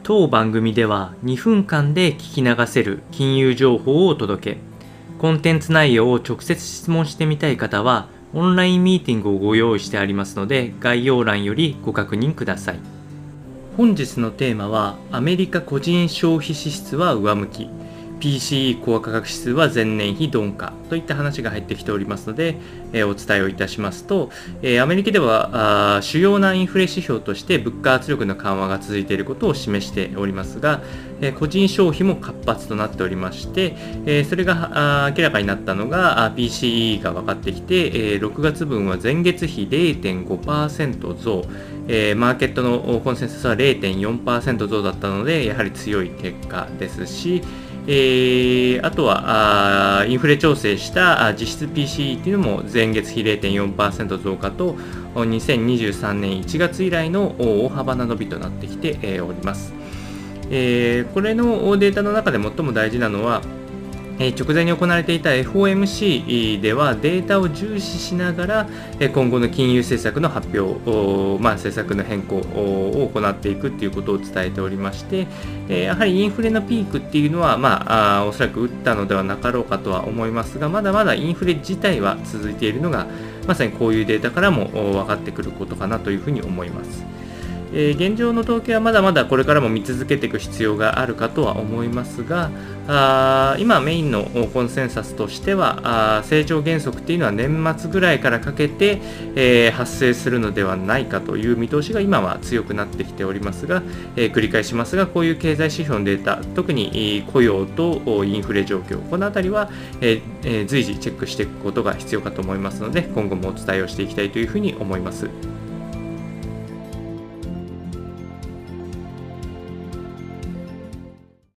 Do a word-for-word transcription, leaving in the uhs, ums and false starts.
当番組ではにふんかんで聞き流せる金融情報をお届け。コンテンツ内容を直接質問してみたい方は、オンラインミーティングをご用意してありますので、概要欄よりご確認ください。本日のテーマは、アメリカ個人消費支出は上向き、ピーシーイー コア価格指数は前年比鈍化といった話が入ってきておりますので、えー、お伝えをいたしますと、えー、アメリカでは主要なインフレ指標として物価圧力の緩和が続いていることを示しておりますが、えー、個人消費も活発となっておりまして、えー、それが明らかになったのが ピーシーイー が分かってきて、えー、ろくがつ分は前月比 れいてんごパーセント 増、えー、マーケットのコンセンサスは れいてんよんパーセント 増だったので、やはり強い結果ですし、えー、あとはあインフレ調整した実質 ピーシーイー というのも前月比 れいてんよんパーセント 増加とにせんにじゅうさんねんいちがつ以来の大幅な伸びとなってきております。えー、これのデータの中で最も大事なのは、直前に行われていた エフオーエムシー ではデータを重視しながら今後の金融政策の発表、まあ、政策の変更を行っていくということを伝えておりまして、やはりインフレのピークっていうのは、まあ、おそらく打ったのではなかろうかとは思いますが、まだまだインフレ自体は続いているのがまさにこういうデータからも分かってくることかなというふうに思います。えー、現状の統計はまだまだこれからも見続けていく必要があるかとは思いますが、あ今メインのコンセンサスとしてはあ成長減速っていうのは年末ぐらいからかけて、えー、発生するのではないかという見通しが今は強くなってきておりますが、えー、繰り返しますが、こういう経済指標のデータ、特に雇用とインフレ状況、このあたりは、えー、随時チェックしていくことが必要かと思いますので、今後もお伝えをしていきたいというふうに思います。